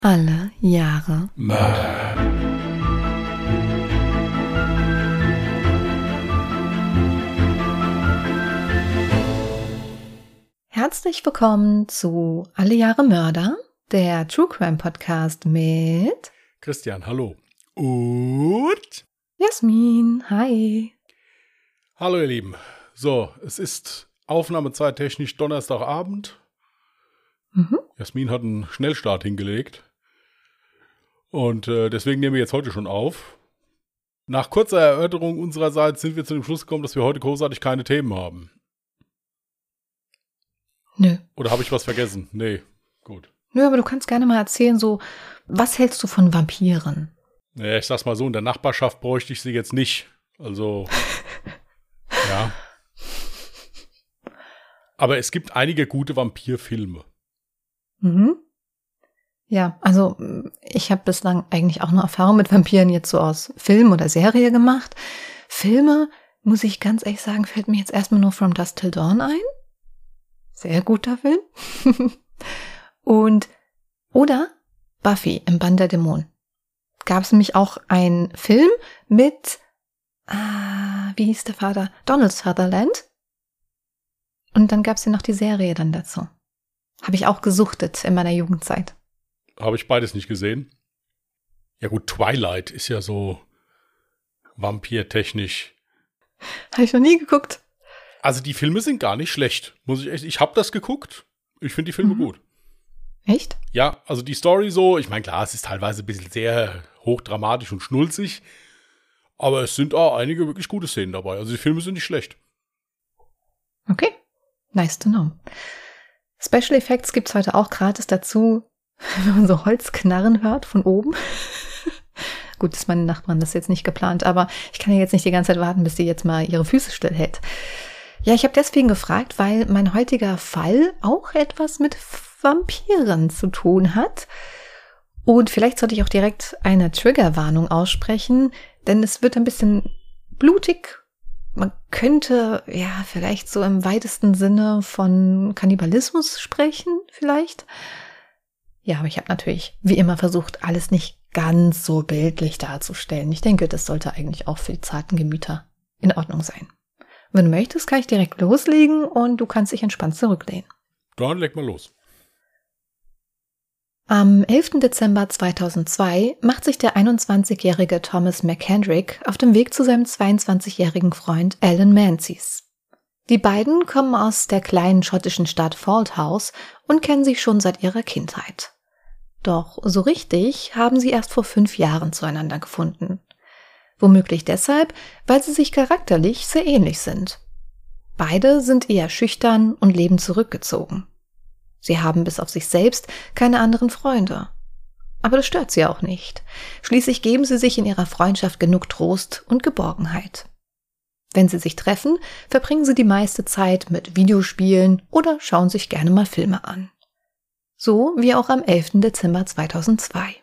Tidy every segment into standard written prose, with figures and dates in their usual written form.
Alle Jahre Mörder. Herzlich willkommen zu Alle Jahre Mörder, der True Crime Podcast mit Christian, hallo. Und Jasmin, hi. hallo ihr Lieben. So, es ist aufnahmezeittechnisch Donnerstagabend. Jasmin hat einen Schnellstart hingelegt. Und deswegen nehmen wir jetzt heute schon auf. Nach kurzer Erörterung unsererseits sind wir zu dem Schluss gekommen, dass wir heute großartig keine Themen haben. Nö. Oder habe ich was vergessen? Nee, gut. Nö, aber du kannst gerne mal erzählen, so, was hältst du von Vampiren? Naja, ich sag's mal so, in der Nachbarschaft bräuchte ich sie jetzt nicht. Also, ja. Aber es gibt einige gute Vampirfilme. Ja, also ich habe bislang eigentlich auch nur Erfahrung mit Vampiren jetzt so aus Film oder Serie gemacht. Filme, muss ich ganz ehrlich sagen, fällt mir jetzt erstmal nur From Dusk Till Dawn ein. Sehr guter Film. Oder Buffy im Bann der Dämonen. Gab es nämlich auch einen Film mit, wie hieß der Vater? Donald Sutherland. Und dann gab es ja noch die Serie dann dazu. Habe ich auch gesuchtet in meiner Jugendzeit. Habe ich beides nicht gesehen. Ja gut, Twilight ist ja so vampirtechnisch. Habe ich noch nie geguckt. Also die Filme sind gar nicht schlecht. Ich habe das geguckt. Ich finde die Filme gut. Echt? Ja, also die Story so, ich meine klar, es ist teilweise ein bisschen sehr hochdramatisch und schnulzig. Aber es sind auch einige wirklich gute Szenen dabei. Also die Filme sind nicht schlecht. Okay, nice to know. Special Effects gibt's heute auch gratis dazu, wenn man so Holzknarren hört von oben. Gut, dass meine Nachbarn das jetzt nicht geplant, aber ich kann ja jetzt nicht die ganze Zeit warten, bis sie jetzt mal ihre Füße stillhält. Ja, ich habe deswegen gefragt, weil mein heutiger Fall auch etwas mit Vampiren zu tun hat. Und vielleicht sollte ich auch direkt eine Triggerwarnung aussprechen, denn es wird ein bisschen blutig. Man könnte ja vielleicht so im weitesten Sinne von Kannibalismus sprechen, vielleicht. Ja, aber ich habe natürlich wie immer versucht, alles nicht ganz so bildlich darzustellen. Ich denke, das sollte eigentlich auch für die zarten Gemüter in Ordnung sein. Wenn du möchtest, kann ich direkt loslegen und du kannst dich entspannt zurücklehnen. Dann leg mal los. Am 11. Dezember 2002 macht sich der 21-jährige Thomas McKendrick auf dem Weg zu seinem 22-jährigen Freund Alan Menzies. Die beiden kommen aus der kleinen schottischen Stadt Falthouse und kennen sich schon seit ihrer Kindheit. Doch so richtig haben sie erst vor 5 Jahren zueinander gefunden. Womöglich deshalb, weil sie sich charakterlich sehr ähnlich sind. Beide sind eher schüchtern und leben zurückgezogen. Sie haben bis auf sich selbst keine anderen Freunde. Aber das stört sie auch nicht. Schließlich geben sie sich in ihrer Freundschaft genug Trost und Geborgenheit. Wenn sie sich treffen, verbringen sie die meiste Zeit mit Videospielen oder schauen sich gerne mal Filme an. So wie auch am 11. Dezember 2002.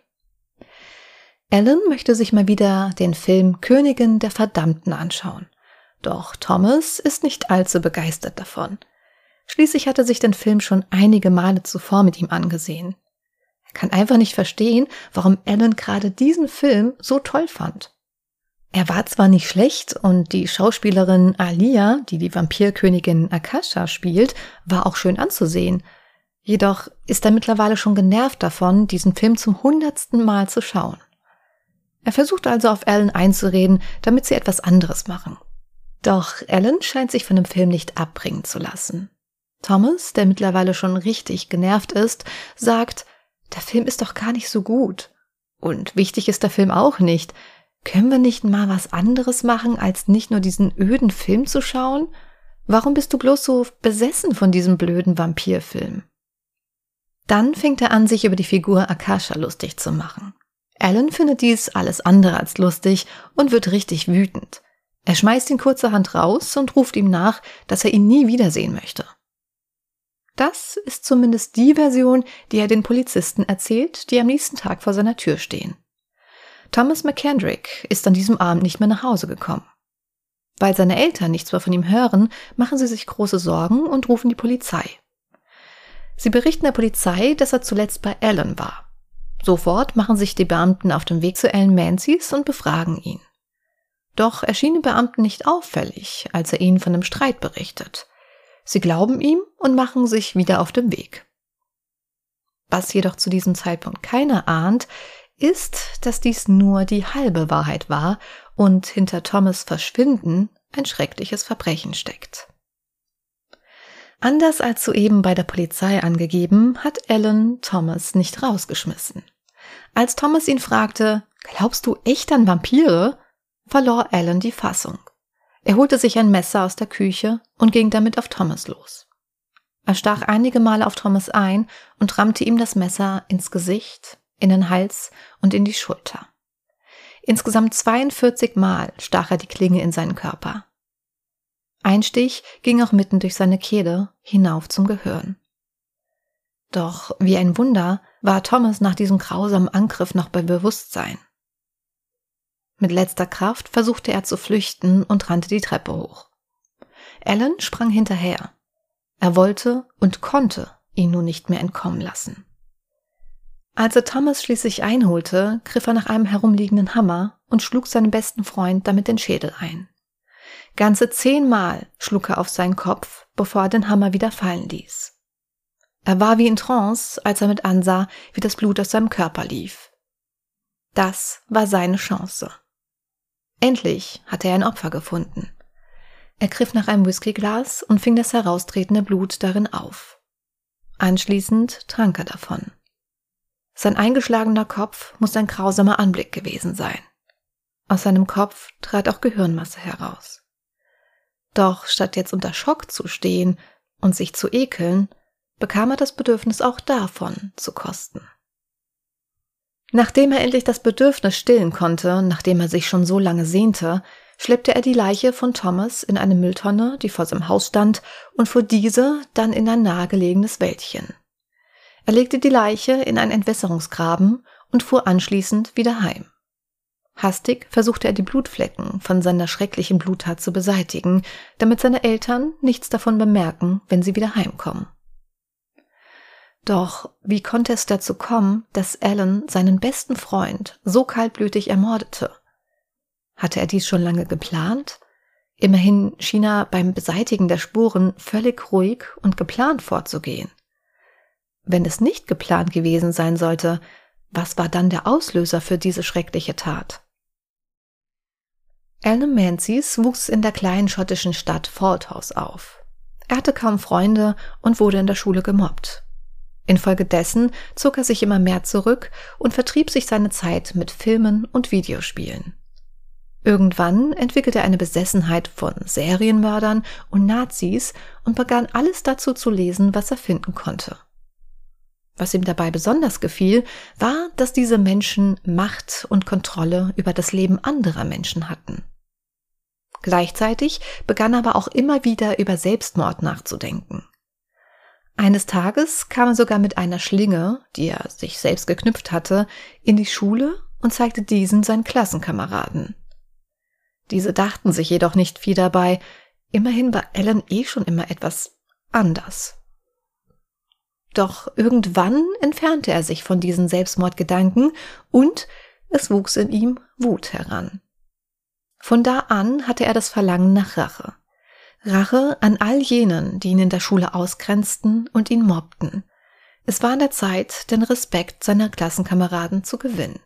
Alan möchte sich mal wieder den Film Königin der Verdammten anschauen. Doch Thomas ist nicht allzu begeistert davon. Schließlich hat er sich den Film schon einige Male zuvor mit ihm angesehen. Er kann einfach nicht verstehen, warum Alan gerade diesen Film so toll fand. Er war zwar nicht schlecht und die Schauspielerin Alia, die die Vampirkönigin Akasha spielt, war auch schön anzusehen. Jedoch ist er mittlerweile schon genervt davon, diesen Film zum 100. Mal zu schauen. Er versucht also auf Alan einzureden, damit sie etwas anderes machen. Doch Alan scheint sich von dem Film nicht abbringen zu lassen. Thomas, der mittlerweile schon richtig genervt ist, sagt, der Film ist doch gar nicht so gut. Und wichtig ist der Film auch nicht. Können wir nicht mal was anderes machen, als nicht nur diesen öden Film zu schauen? Warum bist du bloß so besessen von diesem blöden Vampirfilm? Dann fängt er an, sich über die Figur Akasha lustig zu machen. Alan findet dies alles andere als lustig und wird richtig wütend. Er schmeißt ihn kurzerhand raus und ruft ihm nach, dass er ihn nie wiedersehen möchte. Das ist zumindest die Version, die er den Polizisten erzählt, die am nächsten Tag vor seiner Tür stehen. Thomas McKendrick ist an diesem Abend nicht mehr nach Hause gekommen. Weil seine Eltern nichts mehr von ihm hören, machen sie sich große Sorgen und rufen die Polizei. Sie berichten der Polizei, dass er zuletzt bei Alan war. Sofort machen sich die Beamten auf den Weg zu Alan Menzies und befragen ihn. Doch erscheinen die Beamten nicht auffällig, als er ihnen von dem Streit berichtet. Sie glauben ihm und machen sich wieder auf den Weg. Was jedoch zu diesem Zeitpunkt keiner ahnt, ist, dass dies nur die halbe Wahrheit war und hinter Thomas' Verschwinden ein schreckliches Verbrechen steckt. Anders als soeben bei der Polizei angegeben, hat Alan Thomas nicht rausgeschmissen. Als Thomas ihn fragte, »Glaubst du echt an Vampire?«, verlor Alan die Fassung. Er holte sich ein Messer aus der Küche und ging damit auf Thomas los. Er stach einige Male auf Thomas ein und rammte ihm das Messer ins Gesicht, in den Hals und in die Schulter. Insgesamt 42 Mal stach er die Klinge in seinen Körper. Ein Stich ging auch mitten durch seine Kehle hinauf zum Gehirn. Doch wie ein Wunder war Thomas nach diesem grausamen Angriff noch bei Bewusstsein. Mit letzter Kraft versuchte er zu flüchten und rannte die Treppe hoch. Alan sprang hinterher. Er wollte und konnte ihn nun nicht mehr entkommen lassen. Als er Thomas schließlich einholte, griff er nach einem herumliegenden Hammer und schlug seinem besten Freund damit den Schädel ein. Ganze 10 Mal schlug er auf seinen Kopf, bevor er den Hammer wieder fallen ließ. Er war wie in Trance, als er mit ansah, wie das Blut aus seinem Körper lief. Das war seine Chance. Endlich hatte er ein Opfer gefunden. Er griff nach einem Whiskyglas und fing das heraustretende Blut darin auf. Anschließend trank er davon. Sein eingeschlagener Kopf muss ein grausamer Anblick gewesen sein. Aus seinem Kopf trat auch Gehirnmasse heraus. Doch statt jetzt unter Schock zu stehen und sich zu ekeln, bekam er das Bedürfnis auch davon zu kosten. Nachdem er endlich das Bedürfnis stillen konnte, nachdem er sich schon so lange sehnte, schleppte er die Leiche von Thomas in eine Mülltonne, die vor seinem Haus stand, und fuhr diese dann in ein nahegelegenes Wäldchen. Er legte die Leiche in einen Entwässerungsgraben und fuhr anschließend wieder heim. Hastig versuchte er die Blutflecken von seiner schrecklichen Bluttat zu beseitigen, damit seine Eltern nichts davon bemerken, wenn sie wieder heimkommen. Doch wie konnte es dazu kommen, dass Alan seinen besten Freund so kaltblütig ermordete? Hatte er dies schon lange geplant? Immerhin schien er beim Beseitigen der Spuren völlig ruhig und geplant vorzugehen. Wenn es nicht geplant gewesen sein sollte, was war dann der Auslöser für diese schreckliche Tat? Alan Menzies wuchs in der kleinen schottischen Stadt Falthouse auf. Er hatte kaum Freunde und wurde in der Schule gemobbt. Infolgedessen zog er sich immer mehr zurück und vertrieb sich seine Zeit mit Filmen und Videospielen. Irgendwann entwickelte er eine Besessenheit von Serienmördern und Nazis und begann alles dazu zu lesen, was er finden konnte. Was ihm dabei besonders gefiel, war, dass diese Menschen Macht und Kontrolle über das Leben anderer Menschen hatten. Gleichzeitig begann er aber auch immer wieder über Selbstmord nachzudenken. Eines Tages kam er sogar mit einer Schlinge, die er sich selbst geknüpft hatte, in die Schule und zeigte diesen seinen Klassenkameraden. Diese dachten sich jedoch nicht viel dabei, immerhin war Alan schon immer etwas anders. Doch irgendwann entfernte er sich von diesen Selbstmordgedanken und es wuchs in ihm Wut heran. Von da an hatte er das Verlangen nach Rache. Rache an all jenen, die ihn in der Schule ausgrenzten und ihn mobbten. Es war an der Zeit, den Respekt seiner Klassenkameraden zu gewinnen.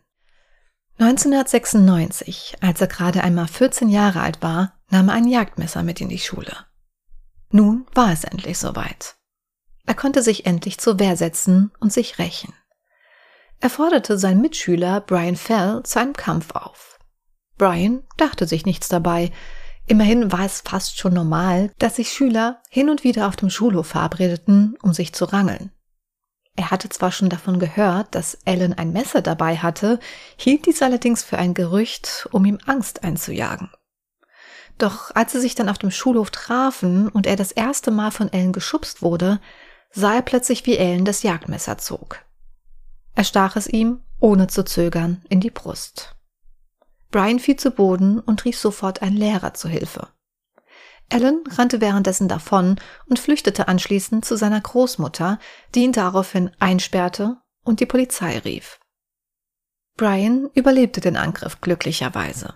1996, als er gerade einmal 14 Jahre alt war, nahm er ein Jagdmesser mit in die Schule. Nun war es endlich soweit. Er konnte sich endlich zur Wehr setzen und sich rächen. Er forderte seinen Mitschüler Brian Fell zu einem Kampf auf. Brian dachte sich nichts dabei. Immerhin war es fast schon normal, dass sich Schüler hin und wieder auf dem Schulhof verabredeten, um sich zu rangeln. Er hatte zwar schon davon gehört, dass Alan ein Messer dabei hatte, hielt dies allerdings für ein Gerücht, um ihm Angst einzujagen. Doch als sie sich dann auf dem Schulhof trafen und er das erste Mal von Alan geschubst wurde, sah er plötzlich, wie Alan das Jagdmesser zog. Er stach es ihm, ohne zu zögern, in die Brust. Brian fiel zu Boden und rief sofort einen Lehrer zu Hilfe. Alan rannte währenddessen davon und flüchtete anschließend zu seiner Großmutter, die ihn daraufhin einsperrte und die Polizei rief. Brian überlebte den Angriff glücklicherweise.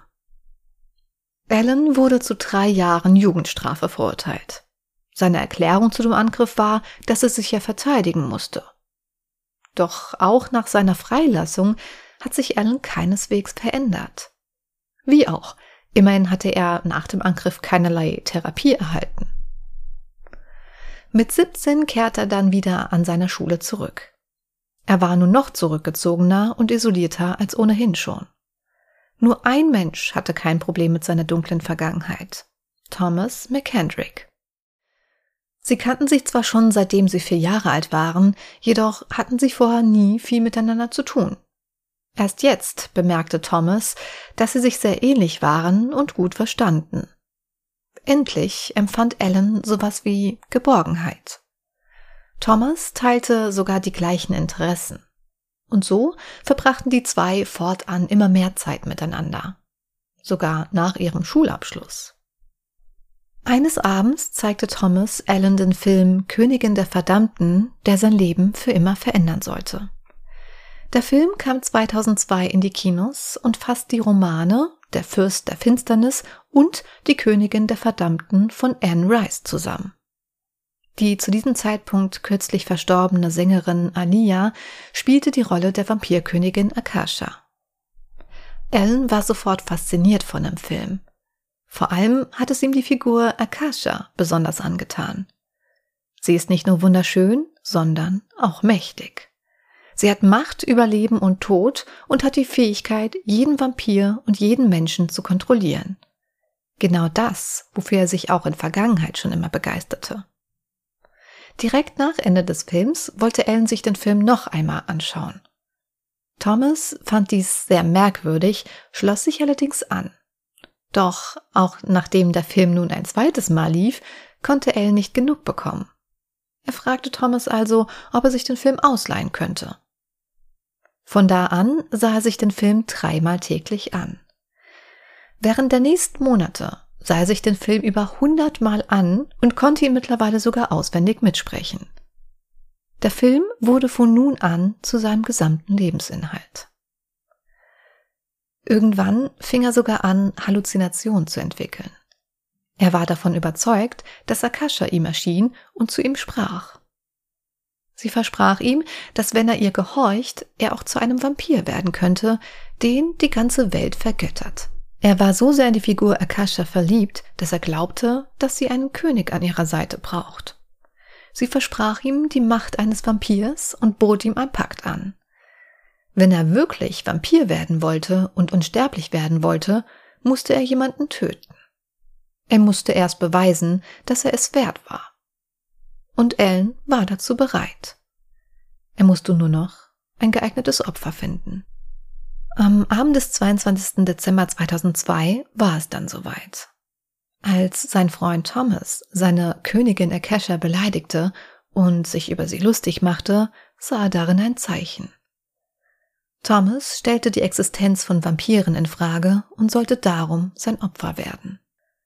Alan wurde zu 3 Jahren Jugendstrafe verurteilt. Seine Erklärung zu dem Angriff war, dass er sich ja verteidigen musste. Doch auch nach seiner Freilassung hat sich Alan keineswegs verändert. Wie auch, immerhin hatte er nach dem Angriff keinerlei Therapie erhalten. Mit 17 kehrte er dann wieder an seine Schule zurück. Er war nun noch zurückgezogener und isolierter als ohnehin schon. Nur ein Mensch hatte kein Problem mit seiner dunklen Vergangenheit: Thomas McKendrick. Sie kannten sich zwar schon seitdem sie 4 Jahre alt waren, jedoch hatten sie vorher nie viel miteinander zu tun. Erst jetzt bemerkte Thomas, dass sie sich sehr ähnlich waren und gut verstanden. Endlich empfand Alan sowas wie Geborgenheit. Thomas teilte sogar die gleichen Interessen. Und so verbrachten die zwei fortan immer mehr Zeit miteinander. Sogar nach ihrem Schulabschluss. Eines Abends zeigte Thomas Alan den Film Königin der Verdammten, der sein Leben für immer verändern sollte. Der Film kam 2002 in die Kinos und fasst die Romane Der Fürst der Finsternis und Die Königin der Verdammten von Anne Rice zusammen. Die zu diesem Zeitpunkt kürzlich verstorbene Sängerin Aaliyah spielte die Rolle der Vampirkönigin Akasha. Alan war sofort fasziniert von dem Film. Vor allem hat es ihm die Figur Akasha besonders angetan. Sie ist nicht nur wunderschön, sondern auch mächtig. Sie hat Macht über Leben und Tod und hat die Fähigkeit, jeden Vampir und jeden Menschen zu kontrollieren. Genau das, wofür er sich auch in Vergangenheit schon immer begeisterte. Direkt nach Ende des Films wollte Alan sich den Film noch einmal anschauen. Thomas fand dies sehr merkwürdig, schloss sich allerdings an. Doch auch nachdem der Film nun ein zweites Mal lief, konnte Alan nicht genug bekommen. Er fragte Thomas also, ob er sich den Film ausleihen könnte. Von da an sah er sich den Film 3-mal täglich an. Während der nächsten Monate sah er sich den Film über 100 Mal an und konnte ihn mittlerweile sogar auswendig mitsprechen. Der Film wurde von nun an zu seinem gesamten Lebensinhalt. Irgendwann fing er sogar an, Halluzinationen zu entwickeln. Er war davon überzeugt, dass Akasha ihm erschien und zu ihm sprach. Sie versprach ihm, dass wenn er ihr gehorcht, er auch zu einem Vampir werden könnte, den die ganze Welt vergöttert. Er war so sehr in die Figur Akasha verliebt, dass er glaubte, dass sie einen König an ihrer Seite braucht. Sie versprach ihm die Macht eines Vampirs und bot ihm einen Pakt an. Wenn er wirklich Vampir werden wollte und unsterblich werden wollte, musste er jemanden töten. Er musste erst beweisen, dass er es wert war. Und Alan war dazu bereit. Er musste nur noch ein geeignetes Opfer finden. Am Abend des 22. Dezember 2002 war es dann soweit. Als sein Freund Thomas seine Königin Akasha beleidigte und sich über sie lustig machte, sah er darin ein Zeichen. Thomas stellte die Existenz von Vampiren in Frage und sollte darum sein Opfer werden.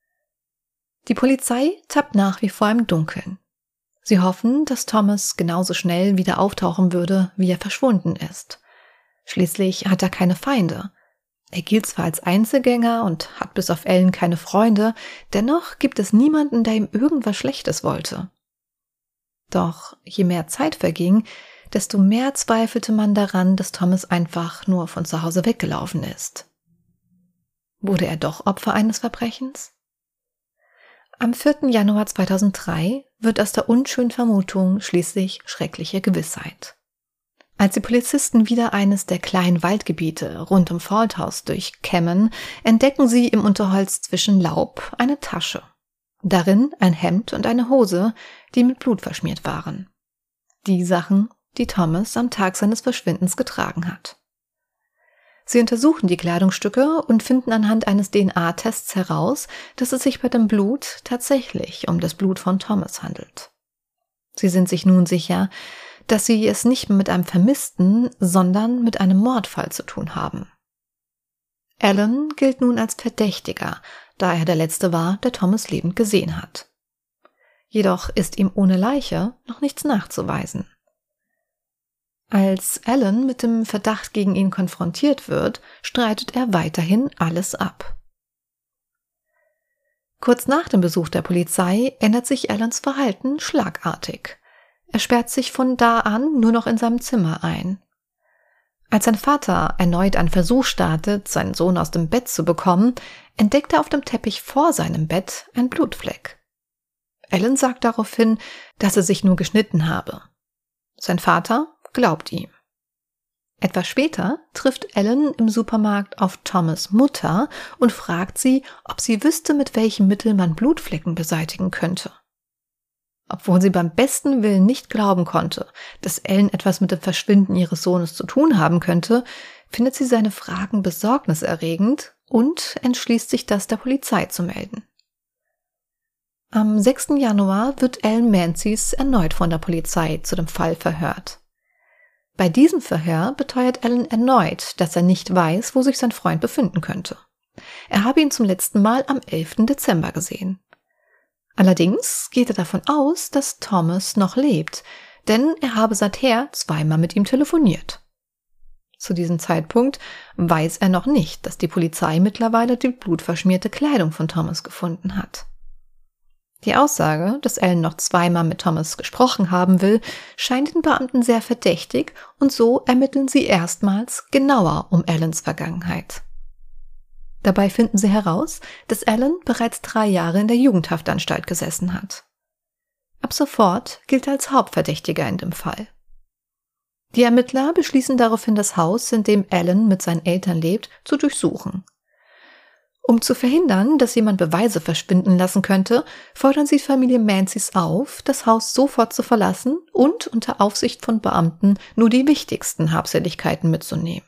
Die Polizei tappt nach wie vor im Dunkeln. Sie hoffen, dass Thomas genauso schnell wieder auftauchen würde, wie er verschwunden ist. Schließlich hat er keine Feinde. Er gilt zwar als Einzelgänger und hat bis auf Alan keine Freunde, dennoch gibt es niemanden, der ihm irgendwas Schlechtes wollte. Doch je mehr Zeit verging, desto mehr zweifelte man daran, dass Thomas einfach nur von zu Hause weggelaufen ist. Wurde er doch Opfer eines Verbrechens? Am 4. Januar 2003 wird aus der unschönen Vermutung schließlich schreckliche Gewissheit. Als die Polizisten wieder eines der kleinen Waldgebiete rund um Fauldhouse durchkämmen, entdecken sie im Unterholz zwischen Laub eine Tasche. Darin ein Hemd und eine Hose, die mit Blut verschmiert waren. Die Sachen, die Thomas am Tag seines Verschwindens getragen hat. Sie untersuchen die Kleidungsstücke und finden anhand eines DNA-Tests heraus, dass es sich bei dem Blut tatsächlich um das Blut von Thomas handelt. Sie sind sich nun sicher, dass sie es nicht mehr mit einem Vermissten, sondern mit einem Mordfall zu tun haben. Alan gilt nun als Verdächtiger, da er der Letzte war, der Thomas lebend gesehen hat. Jedoch ist ihm ohne Leiche noch nichts nachzuweisen. Als Alan mit dem Verdacht gegen ihn konfrontiert wird, streitet er weiterhin alles ab. Kurz nach dem Besuch der Polizei ändert sich Alans Verhalten schlagartig. Er sperrt sich von da an nur noch in seinem Zimmer ein. Als sein Vater erneut einen Versuch startet, seinen Sohn aus dem Bett zu bekommen, entdeckt er auf dem Teppich vor seinem Bett einen Blutfleck. Alan sagt daraufhin, dass er sich nur geschnitten habe. Sein Vater glaubt ihm. Etwas später trifft Alan im Supermarkt auf Thomas' Mutter und fragt sie, ob sie wüsste, mit welchem Mittel man Blutflecken beseitigen könnte. Obwohl sie beim besten Willen nicht glauben konnte, dass Alan etwas mit dem Verschwinden ihres Sohnes zu tun haben könnte, findet sie seine Fragen besorgniserregend und entschließt sich, das der Polizei zu melden. Am 6. Januar wird Alan Menzies erneut von der Polizei zu dem Fall verhört. Bei diesem Verhör beteuert Alan erneut, dass er nicht weiß, wo sich sein Freund befinden könnte. Er habe ihn zum letzten Mal am 11. Dezember gesehen. Allerdings geht er davon aus, dass Thomas noch lebt, denn er habe seither zweimal mit ihm telefoniert. Zu diesem Zeitpunkt weiß er noch nicht, dass die Polizei mittlerweile die blutverschmierte Kleidung von Thomas gefunden hat. Die Aussage, dass Alan noch zweimal mit Thomas gesprochen haben will, scheint den Beamten sehr verdächtig und so ermitteln sie erstmals genauer um Alans Vergangenheit. Dabei finden sie heraus, dass Alan bereits 3 Jahre in der Jugendhaftanstalt gesessen hat. Ab sofort gilt er als Hauptverdächtiger in dem Fall. Die Ermittler beschließen daraufhin, das Haus, in dem Alan mit seinen Eltern lebt, zu durchsuchen. Um zu verhindern, dass jemand Beweise verschwinden lassen könnte, fordern sie Familie Menzies auf, das Haus sofort zu verlassen und unter Aufsicht von Beamten nur die wichtigsten Habseligkeiten mitzunehmen.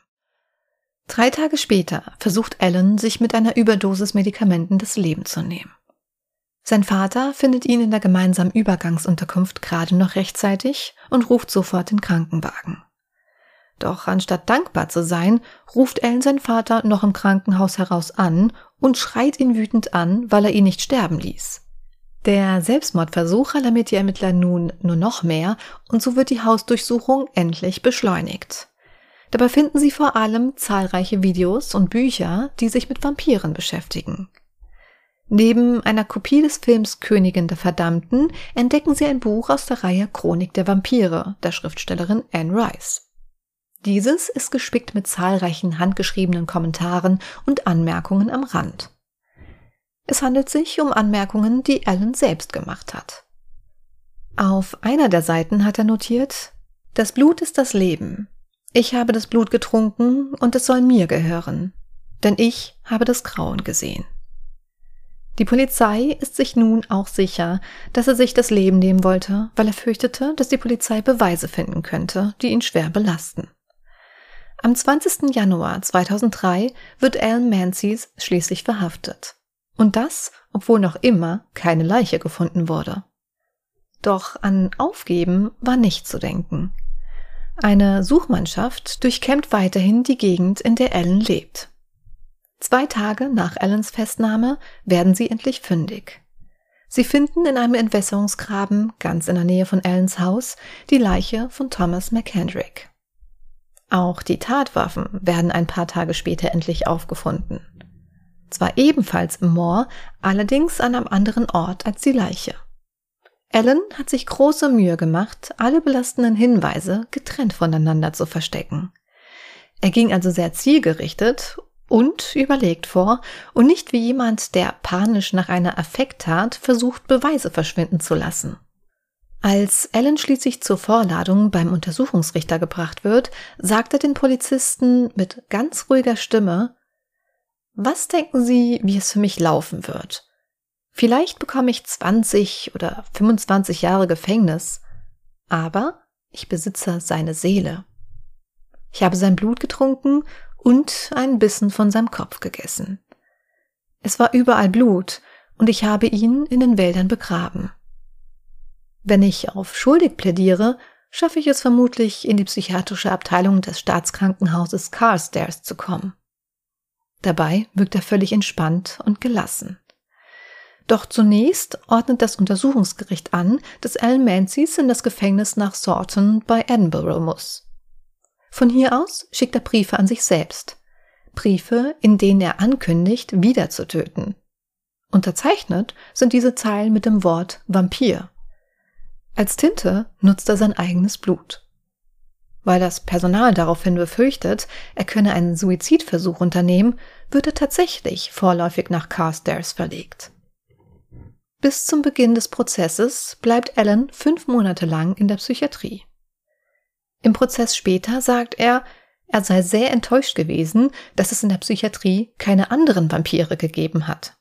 3 Tage später versucht Alan, sich mit einer Überdosis Medikamenten das Leben zu nehmen. Sein Vater findet ihn in der gemeinsamen Übergangsunterkunft gerade noch rechtzeitig und ruft sofort den Krankenwagen. Doch anstatt dankbar zu sein, ruft Alan seinen Vater noch im Krankenhaus heraus an und schreit ihn wütend an, weil er ihn nicht sterben ließ. Der Selbstmordversuch alarmiert die Ermittler nun nur noch mehr und so wird die Hausdurchsuchung endlich beschleunigt. Dabei finden sie vor allem zahlreiche Videos und Bücher, die sich mit Vampiren beschäftigen. Neben einer Kopie des Films Königin der Verdammten entdecken sie ein Buch aus der Reihe Chronik der Vampire der Schriftstellerin Anne Rice. Dieses ist gespickt mit zahlreichen handgeschriebenen Kommentaren und Anmerkungen am Rand. Es handelt sich um Anmerkungen, die Alan selbst gemacht hat. Auf einer der Seiten hat er notiert: Das Blut ist das Leben. Ich habe das Blut getrunken und es soll mir gehören, denn ich habe das Grauen gesehen. Die Polizei ist sich nun auch sicher, dass er sich das Leben nehmen wollte, weil er fürchtete, dass die Polizei Beweise finden könnte, die ihn schwer belasten. Am 20. Januar 2003 wird Alan Menzies schließlich verhaftet. Und das, obwohl noch immer keine Leiche gefunden wurde. Doch an Aufgeben war nicht zu denken. Eine Suchmannschaft durchkämmt weiterhin die Gegend, in der Alan lebt. 2 Tage nach Alans Festnahme werden sie endlich fündig. Sie finden in einem Entwässerungsgraben ganz in der Nähe von Alans Haus die Leiche von Thomas McKendrick. Auch die Tatwaffen werden ein paar Tage später endlich aufgefunden. Zwar ebenfalls im Moor, allerdings an einem anderen Ort als die Leiche. Alan hat sich große Mühe gemacht, alle belastenden Hinweise getrennt voneinander zu verstecken. Er ging also sehr zielgerichtet und überlegt vor und nicht wie jemand, der panisch nach einer Affekttat versucht, Beweise verschwinden zu lassen. Als Alan schließlich zur Vorladung beim Untersuchungsrichter gebracht wird, sagt er den Polizisten mit ganz ruhiger Stimme: Was denken Sie, wie es für mich laufen wird? Vielleicht bekomme ich 20 oder 25 Jahre Gefängnis, aber ich besitze seine Seele. Ich habe sein Blut getrunken und einen Bissen von seinem Kopf gegessen. Es war überall Blut und ich habe ihn in den Wäldern begraben. Wenn ich auf schuldig plädiere, schaffe ich es vermutlich, in die psychiatrische Abteilung des Staatskrankenhauses Carstairs zu kommen. Dabei wirkt er völlig entspannt und gelassen. Doch zunächst ordnet das Untersuchungsgericht an, dass Alan Menzies in das Gefängnis nach Sawton bei Edinburgh muss. Von hier aus schickt er Briefe an sich selbst. Briefe, in denen er ankündigt, wieder zu töten. Unterzeichnet sind diese Zeilen mit dem Wort Vampir. Als Tinte nutzt er sein eigenes Blut. Weil das Personal daraufhin befürchtet, er könne einen Suizidversuch unternehmen, wird er tatsächlich vorläufig nach Carstairs verlegt. Bis zum Beginn des Prozesses bleibt Alan 5 Monate lang in der Psychiatrie. Im Prozess später sagt er sei sehr enttäuscht gewesen, dass es in der Psychiatrie keine anderen Vampire gegeben hat.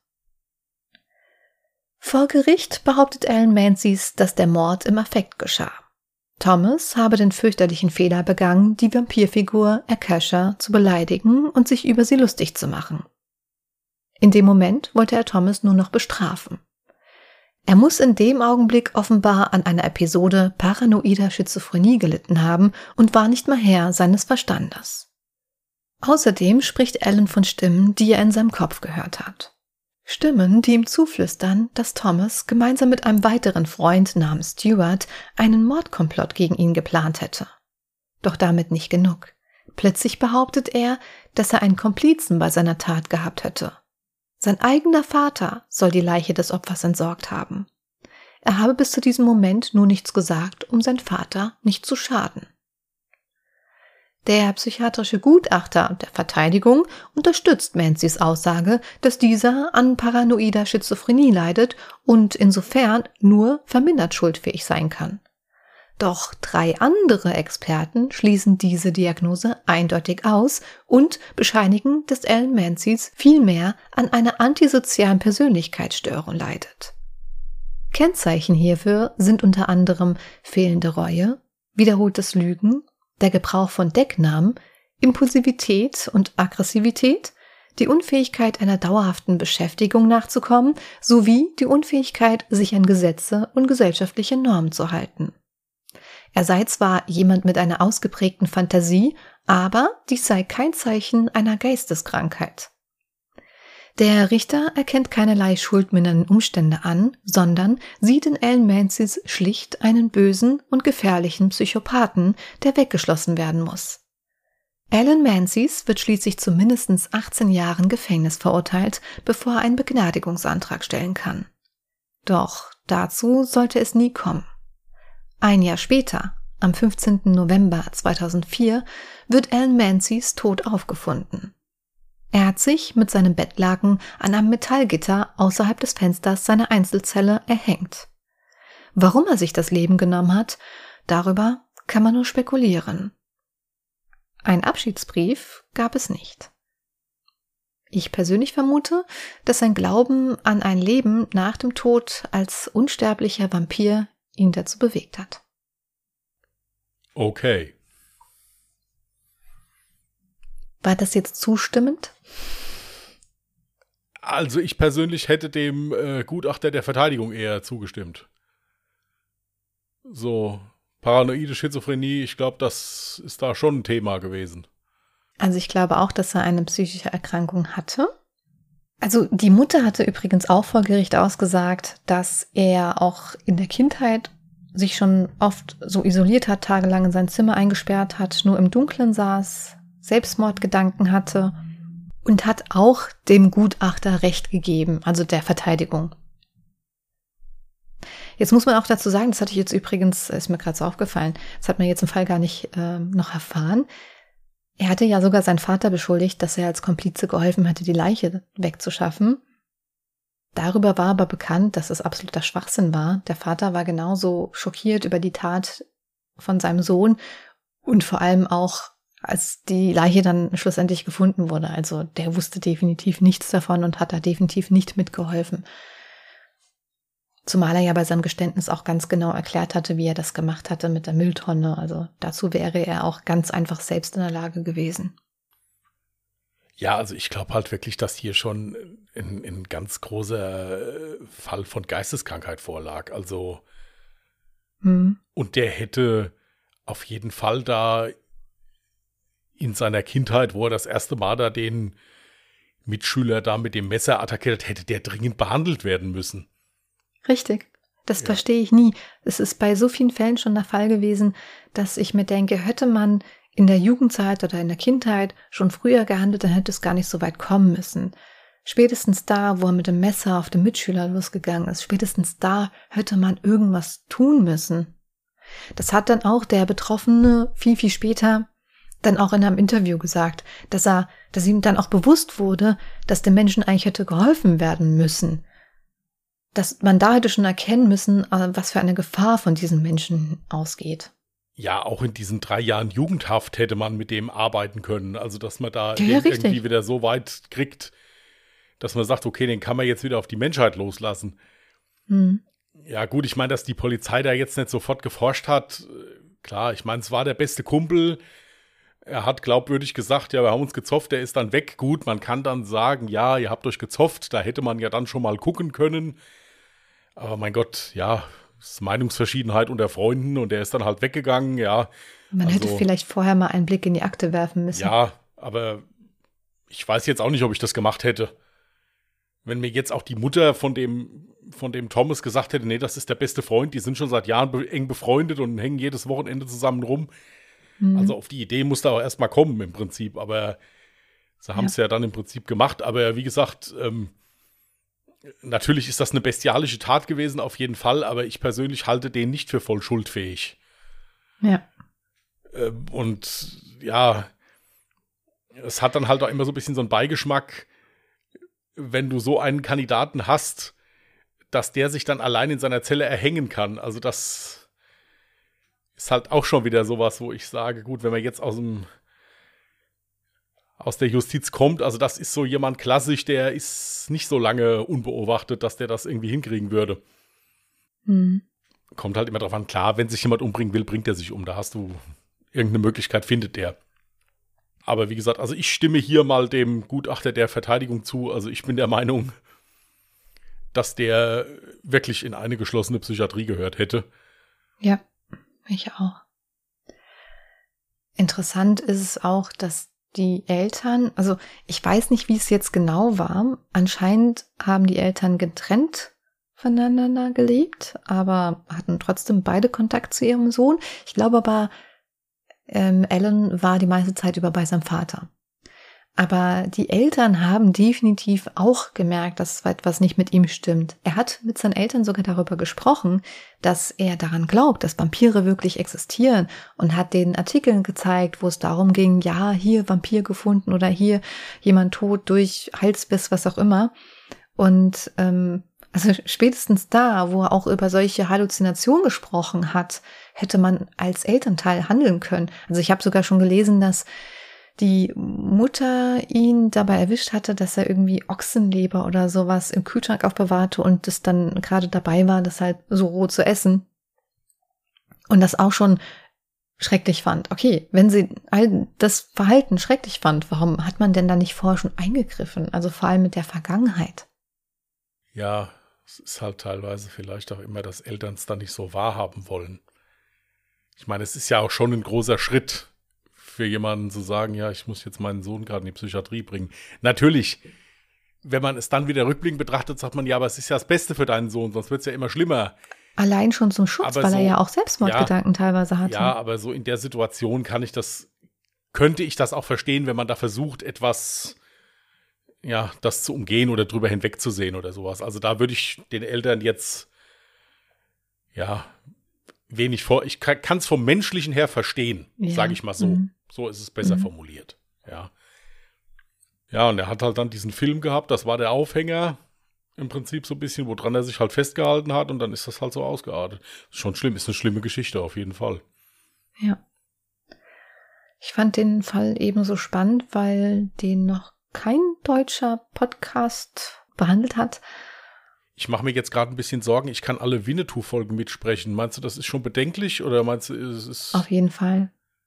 Vor Gericht behauptet Alan Menzies, dass der Mord im Affekt geschah. Thomas habe den fürchterlichen Fehler begangen, die Vampirfigur Akasha zu beleidigen und sich über sie lustig zu machen. In dem Moment wollte er Thomas nur noch bestrafen. Er muss in dem Augenblick offenbar an einer Episode paranoider Schizophrenie gelitten haben und war nicht mehr Herr seines Verstandes. Außerdem spricht Alan von Stimmen, die er in seinem Kopf gehört hat. Stimmen, die ihm zuflüstern, dass Thomas gemeinsam mit einem weiteren Freund namens Stuart einen Mordkomplott gegen ihn geplant hätte. Doch damit nicht genug. Plötzlich behauptet er, dass er einen Komplizen bei seiner Tat gehabt hätte. Sein eigener Vater soll die Leiche des Opfers entsorgt haben. Er habe bis zu diesem Moment nur nichts gesagt, um seinem Vater nicht zu schaden. Der psychiatrische Gutachter der Verteidigung unterstützt Menzies Aussage, dass dieser an paranoider Schizophrenie leidet und insofern nur vermindert schuldfähig sein kann. Doch 3 andere Experten schließen diese Diagnose eindeutig aus und bescheinigen, dass Alan Menzies vielmehr an einer antisozialen Persönlichkeitsstörung leidet. Kennzeichen hierfür sind unter anderem fehlende Reue, wiederholtes Lügen, der Gebrauch von Decknamen, Impulsivität und Aggressivität, die Unfähigkeit einer dauerhaften Beschäftigung nachzukommen, sowie die Unfähigkeit, sich an Gesetze und gesellschaftliche Normen zu halten. Er sei zwar jemand mit einer ausgeprägten Fantasie, aber dies sei kein Zeichen einer Geisteskrankheit. Der Richter erkennt keinerlei schuldmindernden Umstände an, sondern sieht in Alan Menzies schlicht einen bösen und gefährlichen Psychopathen, der weggeschlossen werden muss. Alan Menzies wird schließlich zu mindestens 18 Jahren Gefängnis verurteilt, bevor er einen Begnadigungsantrag stellen kann. Doch dazu sollte es nie kommen. Ein Jahr später, am 15. November 2004, wird Alan Menzies tot aufgefunden. Er hat sich mit seinem Bettlaken an einem Metallgitter außerhalb des Fensters seiner Einzelzelle erhängt. Warum er sich das Leben genommen hat, darüber kann man nur spekulieren. Ein Abschiedsbrief gab es nicht. Ich persönlich vermute, dass sein Glauben an ein Leben nach dem Tod als unsterblicher Vampir ihn dazu bewegt hat. Okay. War das jetzt zustimmend? Also ich persönlich hätte dem Gutachter der Verteidigung eher zugestimmt. So, paranoide Schizophrenie, ich glaube, das ist da schon ein Thema gewesen. Also ich glaube auch, dass er eine psychische Erkrankung hatte. Also die Mutter hatte übrigens auch vor Gericht ausgesagt, dass er auch in der Kindheit sich schon oft so isoliert hat, tagelang in sein Zimmer eingesperrt hat, nur im Dunkeln saß, Selbstmordgedanken hatte und hat auch dem Gutachter Recht gegeben, also der Verteidigung. Jetzt muss man auch dazu sagen, das hatte ich jetzt übrigens, ist mir gerade so aufgefallen, das hat man jetzt im Fall gar nicht noch erfahren. Er hatte ja sogar seinen Vater beschuldigt, dass er als Komplize geholfen hatte, die Leiche wegzuschaffen. Darüber war aber bekannt, dass es absoluter Schwachsinn war. Der Vater war genauso schockiert über die Tat von seinem Sohn und vor allem auch, als die Leiche dann schlussendlich gefunden wurde. Also der wusste definitiv nichts davon und hat da definitiv nicht mitgeholfen. Zumal er ja bei seinem Geständnis auch ganz genau erklärt hatte, wie er das gemacht hatte mit der Mülltonne. Also dazu wäre er auch ganz einfach selbst in der Lage gewesen. Ja, also ich glaube halt wirklich, dass hier schon ein ganz großer Fall von Geisteskrankheit vorlag. Also und der hätte auf jeden Fall da in seiner Kindheit, wo er das erste Mal da den Mitschüler da mit dem Messer attackiert hat, hätte der dringend behandelt werden müssen. Richtig. Das verstehe ich nie. Es ist bei so vielen Fällen schon der Fall gewesen, dass ich mir denke, hätte man in der Jugendzeit oder in der Kindheit schon früher gehandelt, dann hätte es gar nicht so weit kommen müssen. Spätestens da, wo er mit dem Messer auf den Mitschüler losgegangen ist, spätestens da hätte man irgendwas tun müssen. Das hat dann auch der Betroffene viel, viel später dann auch in einem Interview gesagt, dass ihm dann auch bewusst wurde, dass den Menschen eigentlich hätte geholfen werden müssen. Dass man da hätte schon erkennen müssen, was für eine Gefahr von diesen Menschen ausgeht. Ja, auch in diesen 3 Jahren Jugendhaft hätte man mit dem arbeiten können. Also, dass man da irgendwie wieder so weit kriegt, dass man sagt, okay, den kann man jetzt wieder auf die Menschheit loslassen. Ja gut, ich meine, dass die Polizei da jetzt nicht sofort geforscht hat. Klar, ich meine, es war der beste Kumpel. Er hat glaubwürdig gesagt, ja, wir haben uns gezofft, der ist dann weg. Gut, man kann dann sagen, ja, ihr habt euch gezofft. Da hätte man ja dann schon mal gucken können. Aber mein Gott, ja, es ist Meinungsverschiedenheit unter Freunden und der ist dann halt weggegangen, ja. Man hätte vielleicht vorher mal einen Blick in die Akte werfen müssen. Ja, aber ich weiß jetzt auch nicht, ob ich das gemacht hätte. Wenn mir jetzt auch die Mutter von dem Thomas gesagt hätte, nee, das ist der beste Freund, die sind schon seit Jahren eng befreundet und hängen jedes Wochenende zusammen rum. Also auf die Idee muss da auch erstmal kommen im Prinzip, aber sie haben es ja dann im Prinzip gemacht. Aber wie gesagt, natürlich ist das eine bestialische Tat gewesen, auf jeden Fall, aber ich persönlich halte den nicht für voll schuldfähig. Ja. Und ja, es hat dann halt auch immer so ein bisschen so einen Beigeschmack, wenn du so einen Kandidaten hast, dass der sich dann allein in seiner Zelle erhängen kann. Also das ist halt auch schon wieder sowas, wo ich sage, gut, wenn man jetzt aus der Justiz kommt, also das ist so jemand klassisch, der ist nicht so lange unbeobachtet, dass der das irgendwie hinkriegen würde. Kommt halt immer drauf an, klar, wenn sich jemand umbringen will, bringt er sich um. Da hast du irgendeine Möglichkeit, findet der. Aber wie gesagt, also ich stimme hier mal dem Gutachter der Verteidigung zu. Also ich bin der Meinung, dass der wirklich in eine geschlossene Psychiatrie gehört hätte. Ja, ich auch. Interessant ist es auch, dass die Eltern, also ich weiß nicht, wie es jetzt genau war. Anscheinend haben die Eltern getrennt voneinander gelebt, aber hatten trotzdem beide Kontakt zu ihrem Sohn. Ich glaube aber, Alan war die meiste Zeit über bei seinem Vater. Aber die Eltern haben definitiv auch gemerkt, dass etwas nicht mit ihm stimmt. Er hat mit seinen Eltern sogar darüber gesprochen, dass er daran glaubt, dass Vampire wirklich existieren und hat denen Artikeln gezeigt, wo es darum ging, ja, hier Vampir gefunden oder hier jemand tot durch Halsbiss, was auch immer. Und also spätestens da, wo er auch über solche Halluzinationen gesprochen hat, hätte man als Elternteil handeln können. Also ich habe sogar schon gelesen, dass die Mutter ihn dabei erwischt hatte, dass er irgendwie Ochsenleber oder sowas im Kühlschrank aufbewahrte und es dann gerade dabei war, das halt so roh zu essen. Und das auch schon schrecklich fand. Okay, wenn sie all das Verhalten schrecklich fand, warum hat man denn da nicht vorher schon eingegriffen? Also vor allem mit der Vergangenheit. Ja, es ist halt teilweise vielleicht auch immer, dass Eltern es dann nicht so wahrhaben wollen. Ich meine, es ist ja auch schon ein großer Schritt für jemanden zu sagen, ja, ich muss jetzt meinen Sohn gerade in die Psychiatrie bringen. Natürlich, wenn man es dann wieder rückblickend betrachtet, sagt man, ja, aber es ist ja das Beste für deinen Sohn, sonst wird es ja immer schlimmer. Allein schon zum Schutz, aber weil er ja auch Selbstmordgedanken teilweise hatte. Ja, aber so in der Situation könnte ich das auch verstehen, wenn man da versucht, etwas, ja, das zu umgehen oder drüber hinwegzusehen oder sowas. Also da würde ich den Eltern jetzt, ja, ich kann es vom Menschlichen her verstehen, sage ich mal so. So ist es besser formuliert, ja. Ja, und er hat halt dann diesen Film gehabt, das war der Aufhänger, im Prinzip so ein bisschen, woran er sich halt festgehalten hat und dann ist das halt so ausgeartet. Ist schon schlimm, ist eine schlimme Geschichte auf jeden Fall. Ja. Ich fand den Fall ebenso spannend, weil den noch kein deutscher Podcast behandelt hat. Ich mache mir jetzt gerade ein bisschen Sorgen, ich kann alle Winnetou-Folgen mitsprechen. Meinst du, das ist schon bedenklich oder meinst du, es ist... Auf jeden Fall.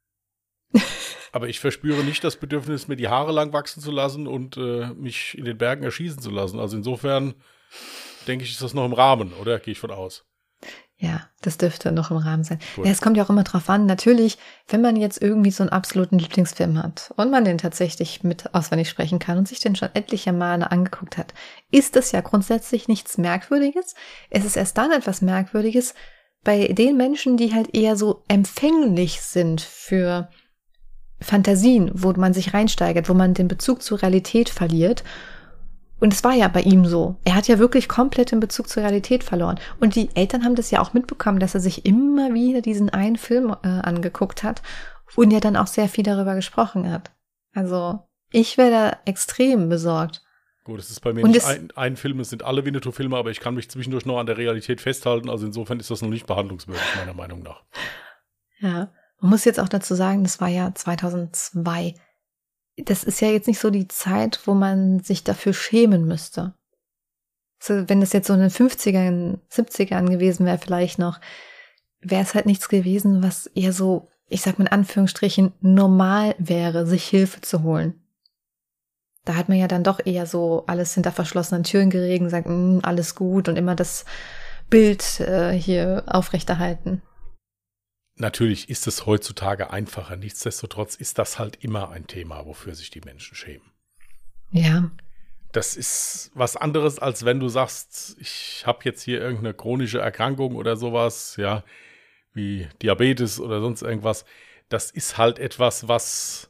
Aber ich verspüre nicht das Bedürfnis, mir die Haare lang wachsen zu lassen und mich in den Bergen erschießen zu lassen. Also insofern denke ich, ist das noch im Rahmen, oder? Gehe ich von aus. Ja, das dürfte noch im Rahmen sein. Ja, es kommt ja auch immer drauf an. Natürlich, wenn man jetzt irgendwie so einen absoluten Lieblingsfilm hat und man den tatsächlich mit auswendig sprechen kann und sich den schon etliche Male angeguckt hat, ist das ja grundsätzlich nichts Merkwürdiges. Es ist erst dann etwas Merkwürdiges bei den Menschen, die halt eher so empfänglich sind für Fantasien, wo man sich reinsteigert, wo man den Bezug zur Realität verliert. Und es war ja bei ihm so. Er hat ja wirklich komplett den Bezug zur Realität verloren. Und die Eltern haben das ja auch mitbekommen, dass er sich immer wieder diesen einen Film angeguckt hat und ja dann auch sehr viel darüber gesprochen hat. Also ich wäre da extrem besorgt. Gut, es ist bei mir nicht ein Film, es sind alle Winnetou-Filme, aber ich kann mich zwischendurch noch an der Realität festhalten. Also insofern ist das noch nicht behandlungswürdig, meiner Meinung nach. Ja, man muss jetzt auch dazu sagen, das war ja 2002. Das ist ja jetzt nicht so die Zeit, wo man sich dafür schämen müsste. So, wenn das jetzt so in den 50ern, 70ern gewesen wäre vielleicht noch, wäre es halt nichts gewesen, was eher so, ich sag mal in Anführungsstrichen, normal wäre, sich Hilfe zu holen. Da hat man ja dann doch eher so alles hinter verschlossenen Türen geregelt, sagt, alles gut und immer das Bild hier aufrechterhalten. Natürlich ist es heutzutage einfacher. Nichtsdestotrotz ist das halt immer ein Thema, wofür sich die Menschen schämen. Ja. Das ist was anderes, als wenn du sagst, ich habe jetzt hier irgendeine chronische Erkrankung oder sowas, ja, wie Diabetes oder sonst irgendwas. Das ist halt etwas, was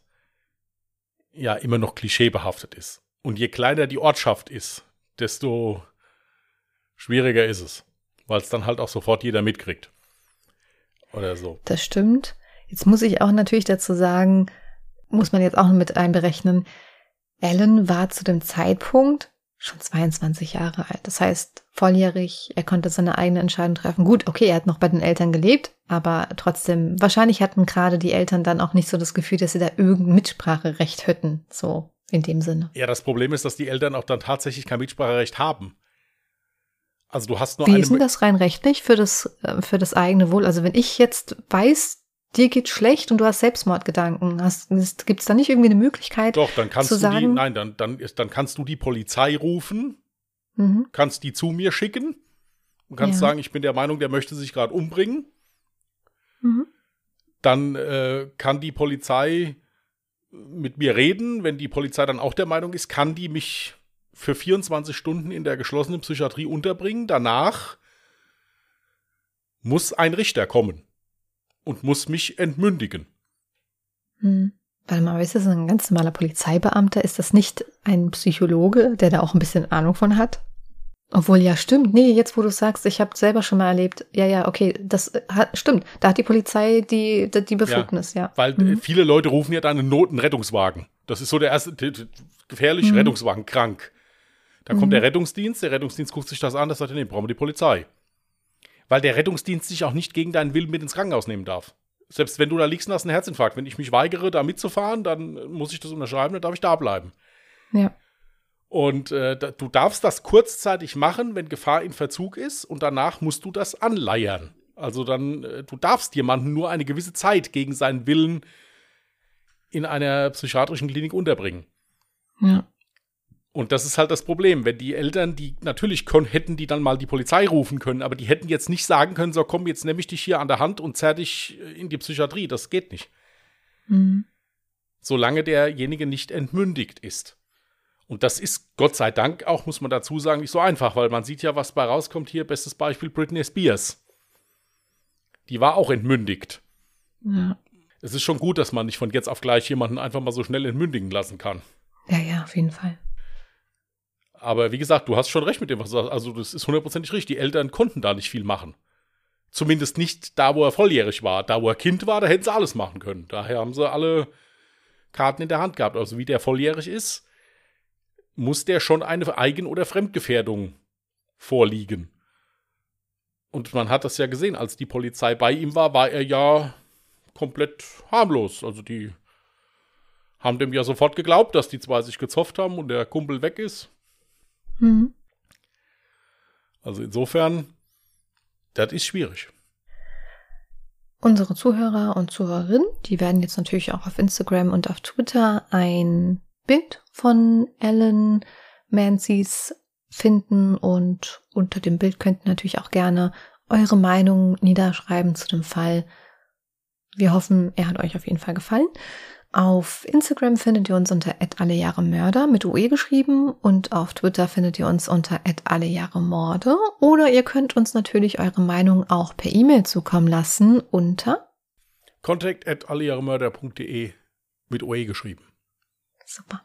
ja immer noch klischeebehaftet ist. Und je kleiner die Ortschaft ist, desto schwieriger ist es, weil es dann halt auch sofort jeder mitkriegt. Oder so. Das stimmt. Jetzt muss ich auch natürlich dazu sagen, muss man jetzt auch mit einberechnen, Alan war zu dem Zeitpunkt schon 22 Jahre alt. Das heißt, volljährig, er konnte seine eigene Entscheidung treffen. Gut, okay, er hat noch bei den Eltern gelebt, aber trotzdem, wahrscheinlich hatten gerade die Eltern dann auch nicht so das Gefühl, dass sie da irgendein Mitspracherecht hätten, so in dem Sinne. Ja, das Problem ist, dass die Eltern auch dann tatsächlich kein Mitspracherecht haben. Also du hast nur Wie ist denn das rein rechtlich für das eigene Wohl? Also wenn ich jetzt weiß, dir geht schlecht und du hast Selbstmordgedanken, gibt es da nicht irgendwie eine Möglichkeit? Doch, dann kannst zu sagen, dann kannst du die Polizei rufen, kannst die zu mir schicken und kannst sagen, ich bin der Meinung, der möchte sich gerade umbringen. Dann kann die Polizei mit mir reden. Wenn die Polizei dann auch der Meinung ist, kann die mich für 24 Stunden in der geschlossenen Psychiatrie unterbringen. Danach muss ein Richter kommen und muss mich entmündigen. Warte mal, ist das ein ganz normaler Polizeibeamter? Ist das nicht ein Psychologe, der da auch ein bisschen Ahnung von hat? Obwohl, ja, stimmt. Nee, jetzt wo du sagst, ich habe selber schon mal erlebt. Ja, okay, das stimmt. Da hat die Polizei die Befugnis, ja. Weil viele Leute rufen ja dann einen Notenrettungswagen. Das ist so der erste, gefährlich, Rettungswagen, krank. Dann kommt der Rettungsdienst guckt sich das an, das sagt, nee, brauchen wir die Polizei. Weil der Rettungsdienst sich auch nicht gegen deinen Willen mit ins Krankenhaus nehmen darf. Selbst wenn du da liegst und hast einen Herzinfarkt. Wenn ich mich weigere, da mitzufahren, dann muss ich das unterschreiben, dann darf ich da bleiben. Ja. Und du darfst das kurzzeitig machen, wenn Gefahr in Verzug ist, und danach musst du das anleiern. Also dann, du darfst jemanden nur eine gewisse Zeit gegen seinen Willen in einer psychiatrischen Klinik unterbringen. Ja. Und das ist halt das Problem, wenn die Eltern, die natürlich hätten die dann mal die Polizei rufen können, aber die hätten jetzt nicht sagen können, so komm, jetzt nehme ich dich hier an der Hand und zerr dich in die Psychiatrie. Das geht nicht. Solange derjenige nicht entmündigt ist. Und das ist Gott sei Dank auch, muss man dazu sagen, nicht so einfach, weil man sieht ja, was bei rauskommt hier. Bestes Beispiel Britney Spears. Die war auch entmündigt. Ja. Es ist schon gut, dass man nicht von jetzt auf gleich jemanden einfach mal so schnell entmündigen lassen kann. Ja, auf jeden Fall. Aber wie gesagt, du hast schon recht mit dem, was du sagst. Also das ist 100% richtig. Die Eltern konnten da nicht viel machen. Zumindest nicht da, wo er volljährig war. Da, wo er Kind war, da hätten sie alles machen können. Daher haben sie alle Karten in der Hand gehabt. Also wie der volljährig ist, muss der schon eine Eigen- oder Fremdgefährdung vorliegen. Und man hat das ja gesehen, als die Polizei bei ihm war er ja komplett harmlos. Also die haben dem ja sofort geglaubt, dass die zwei sich gezofft haben und der Kumpel weg ist. Also insofern, das ist schwierig. Unsere Zuhörer und Zuhörerinnen, die werden jetzt natürlich auch auf Instagram und auf Twitter ein Bild von Alan Menzies finden, und unter dem Bild könnt ihr natürlich auch gerne eure Meinung niederschreiben zu dem Fall. Wir hoffen, er hat euch auf jeden Fall gefallen. Auf Instagram findet ihr uns unter @allejahremörder mit UE geschrieben, und auf Twitter findet ihr uns unter @allejahremorde, oder ihr könnt uns natürlich eure Meinung auch per E-Mail zukommen lassen unter contact@allejahremörder.de. Mit OE geschrieben. Super.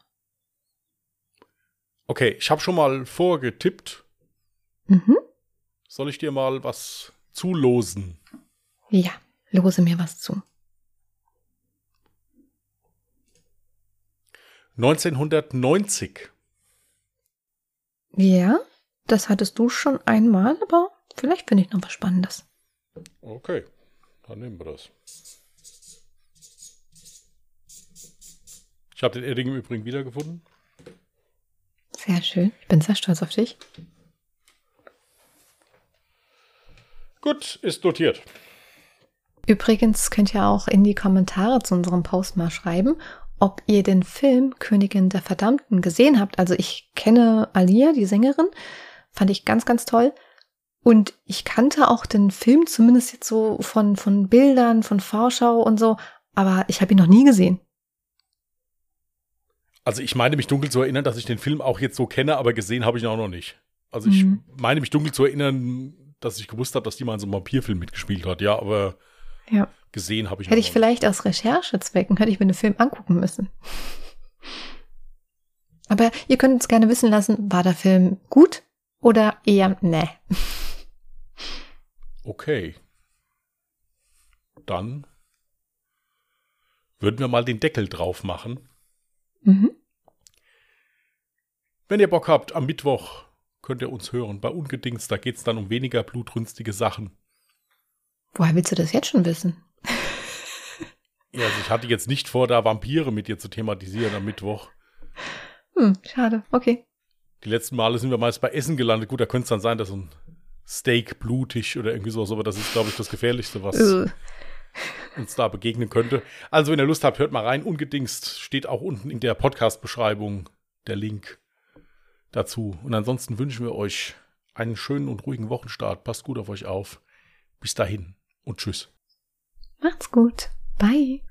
Okay, ich habe schon mal vorgetippt. Soll ich dir mal was zulosen? Ja, lose mir was zu. 1990. Ja, das hattest du schon einmal, aber vielleicht finde ich noch was Spannendes. Okay, dann nehmen wir das. Ich habe den Edding im Übrigen wiedergefunden. Sehr schön. Ich bin sehr stolz auf dich. Gut, ist notiert. Übrigens könnt ihr auch in die Kommentare zu unserem Post mal schreiben, ob ihr den Film Königin der Verdammten gesehen habt. Also ich kenne Alia, die Sängerin, fand ich ganz, ganz toll. Und ich kannte auch den Film, zumindest jetzt so von Bildern, von Vorschau und so, aber ich habe ihn noch nie gesehen. Also ich meine mich dunkel zu erinnern, dass ich den Film auch jetzt so kenne, aber gesehen habe ich ihn auch noch nicht. Also ich meine mich dunkel zu erinnern, dass ich gewusst habe, dass die mal in so einem Vampirfilm mitgespielt hat, ja, aber gesehen habe ich Hätte ich vielleicht aus Recherchezwecken, hätte ich mir den Film angucken müssen. Aber ihr könnt uns gerne wissen lassen, war der Film gut oder eher ne? Okay. Dann würden wir mal den Deckel drauf machen. Wenn ihr Bock habt, am Mittwoch könnt ihr uns hören. Bei Ungedingst, da geht es dann um weniger blutrünstige Sachen. Woher willst du das jetzt schon wissen? Ja, also ich hatte jetzt nicht vor, da Vampire mit dir zu thematisieren am Mittwoch. Schade, okay. Die letzten Male sind wir meist bei Essen gelandet. Gut, da könnte es dann sein, dass so ein Steak blutig oder irgendwie sowas, aber das ist, glaube ich, das Gefährlichste, was uns da begegnen könnte. Also, wenn ihr Lust habt, hört mal rein. Ungedingst steht auch unten in der Podcast-Beschreibung der Link dazu. Und ansonsten wünschen wir euch einen schönen und ruhigen Wochenstart. Passt gut auf euch auf. Bis dahin und tschüss. Macht's gut. Bye.